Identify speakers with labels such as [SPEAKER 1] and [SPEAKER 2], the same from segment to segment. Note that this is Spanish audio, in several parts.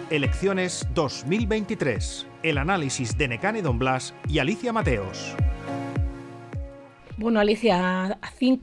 [SPEAKER 1] Elecciones 2023. El análisis de Nekane Don Blas y Alicia Mateos.
[SPEAKER 2] Bueno, Alicia,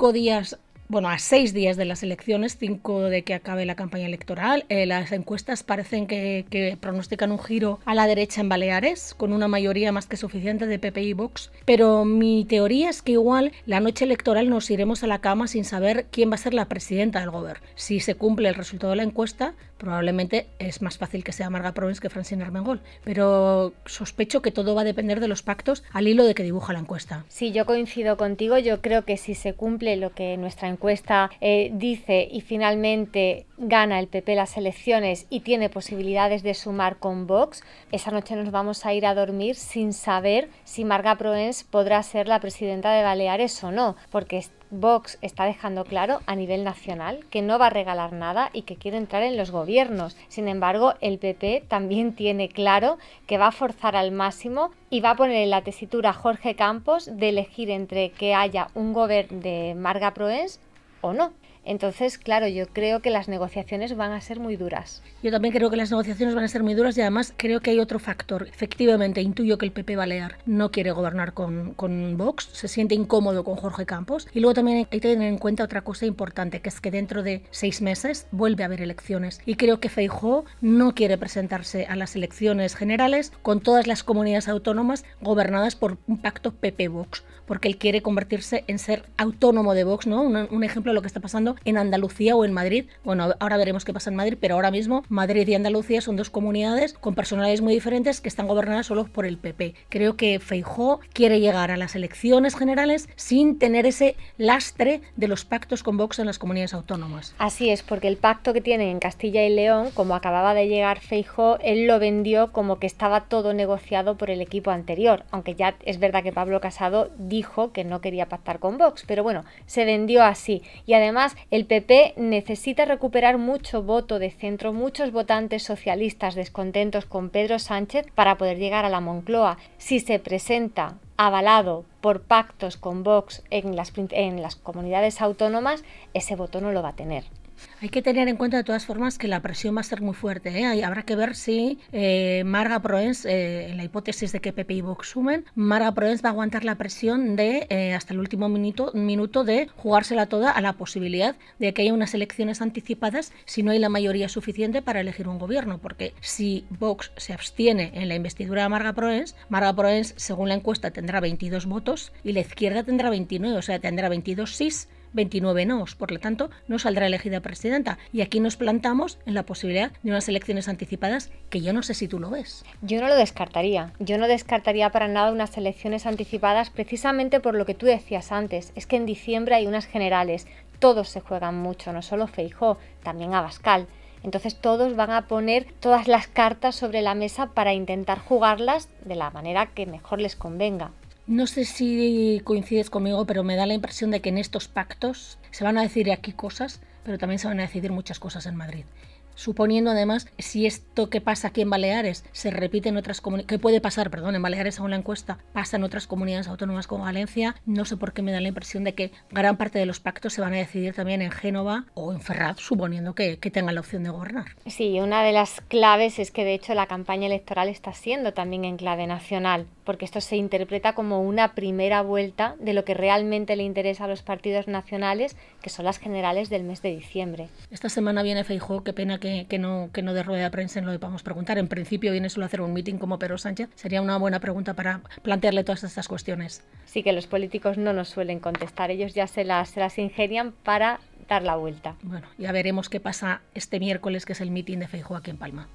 [SPEAKER 2] a 6 días de las elecciones, 5 de que acabe la campaña electoral, las encuestas parecen que pronostican un giro a la derecha en Baleares, con una mayoría más que suficiente de PP y Vox. Pero mi teoría es que igual la noche electoral nos iremos a la cama sin saber quién va a ser la presidenta del Gobierno. Si se cumple el resultado de la encuesta, probablemente es más fácil que sea Marga Provence que Francine Armengol. Pero sospecho que todo va a depender de los pactos al hilo de que dibuja la encuesta.
[SPEAKER 3] Sí, yo coincido contigo. Yo creo que si se cumple lo que nuestra encuesta dice y finalmente gana el PP las elecciones y tiene posibilidades de sumar con Vox, esa noche nos vamos a ir a dormir sin saber si Marga Provence podrá ser la presidenta de Baleares o no, porque Vox está dejando claro a nivel nacional que no va a regalar nada y que quiere entrar en los gobiernos. Sin embargo, el PP también tiene claro que va a forzar al máximo y va a poner en la tesitura a Jorge Campos de elegir entre que haya un gobierno de Marga Provence o no. Entonces, claro, yo creo que las negociaciones van a ser muy duras.
[SPEAKER 2] Yo también creo que las negociaciones van a ser muy duras y además creo que hay otro factor. Efectivamente, intuyo que el PP Balear no quiere gobernar con Vox, se siente incómodo con Jorge Campos. Y luego también hay que tener en cuenta otra cosa importante, que es que dentro de 6 meses vuelve a haber elecciones. Y creo que Feijóo no quiere presentarse a las elecciones generales con todas las comunidades autónomas gobernadas por un pacto PP-Vox, porque él quiere convertirse en ser autónomo de Vox, ¿no? Un ejemplo de lo que está pasando en Andalucía o en Madrid. Bueno, ahora veremos qué pasa en Madrid, pero ahora mismo Madrid y Andalucía son 2 comunidades con personalidades muy diferentes que están gobernadas solo por el PP. Creo que Feijóo quiere llegar a las elecciones generales sin tener ese lastre de los pactos con Vox en las comunidades autónomas.
[SPEAKER 3] Así es, porque el pacto que tienen en Castilla y León, como acababa de llegar Feijóo, él lo vendió como que estaba todo negociado por el equipo anterior, aunque ya es verdad que Pablo Casado dijo que no quería pactar con Vox, pero bueno, se vendió así. Y además el PP necesita recuperar mucho voto de centro, muchos votantes socialistas descontentos con Pedro Sánchez para poder llegar a la Moncloa. Si se presenta avalado por pactos con Vox en las comunidades autónomas, ese voto no lo va a tener.
[SPEAKER 2] Hay que tener en cuenta de todas formas que la presión va a ser muy fuerte, ¿eh? Habrá que ver si Marga Provence, en la hipótesis de que PP y Vox sumen, Marga Provence va a aguantar la presión de hasta el último minuto de jugársela toda a la posibilidad de que haya unas elecciones anticipadas si no hay la mayoría suficiente para elegir un gobierno, porque si Vox se abstiene en la investidura de Marga Provence, según la encuesta tendrá 22 votos y la izquierda tendrá 29, o sea, tendrá 22 sís, 29 no's, por lo tanto no saldrá elegida presidenta. Y aquí nos plantamos en la posibilidad de unas elecciones anticipadas que yo no sé si tú lo ves.
[SPEAKER 3] Yo no lo descartaría. Yo no descartaría para nada unas elecciones anticipadas precisamente por lo que tú decías antes. Es que en diciembre hay unas generales. Todos se juegan mucho, no solo Feijóo, también Abascal. Entonces todos van a poner todas las cartas sobre la mesa para intentar jugarlas de la manera que mejor les convenga.
[SPEAKER 2] No sé si coincides conmigo, pero me da la impresión de que en estos pactos se van a decir aquí cosas, pero también se van a decidir muchas cosas en Madrid. Suponiendo además, si esto que pasa aquí en Baleares se repite en otras comunidades, que puede pasar, en Baleares según la encuesta, pasa en otras comunidades autónomas como Valencia, no sé por qué me da la impresión de que gran parte de los pactos se van a decidir también en Génova o en Ferraz, suponiendo que tengan la opción de gobernar.
[SPEAKER 3] Sí, una de las claves es que de hecho la campaña electoral está siendo también en clave nacional, porque esto se interpreta como una primera vuelta de lo que realmente le interesa a los partidos nacionales, que son las generales del mes de diciembre.
[SPEAKER 2] Esta semana viene Feijóo, qué pena que no de rueda de prensa no le podamos preguntar. En principio viene solo a hacer un meeting como Pedro Sánchez. Sería una buena pregunta para plantearle todas estas cuestiones.
[SPEAKER 3] Sí, que los políticos no nos suelen contestar. Ellos ya se las ingenian para dar la vuelta.
[SPEAKER 2] Bueno, ya veremos qué pasa este miércoles, que es el meeting de Feijóo aquí en Palma.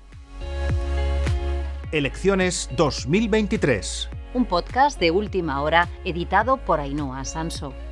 [SPEAKER 1] Elecciones 2023.
[SPEAKER 4] Un podcast de última hora editado por Ainhoa Sanso.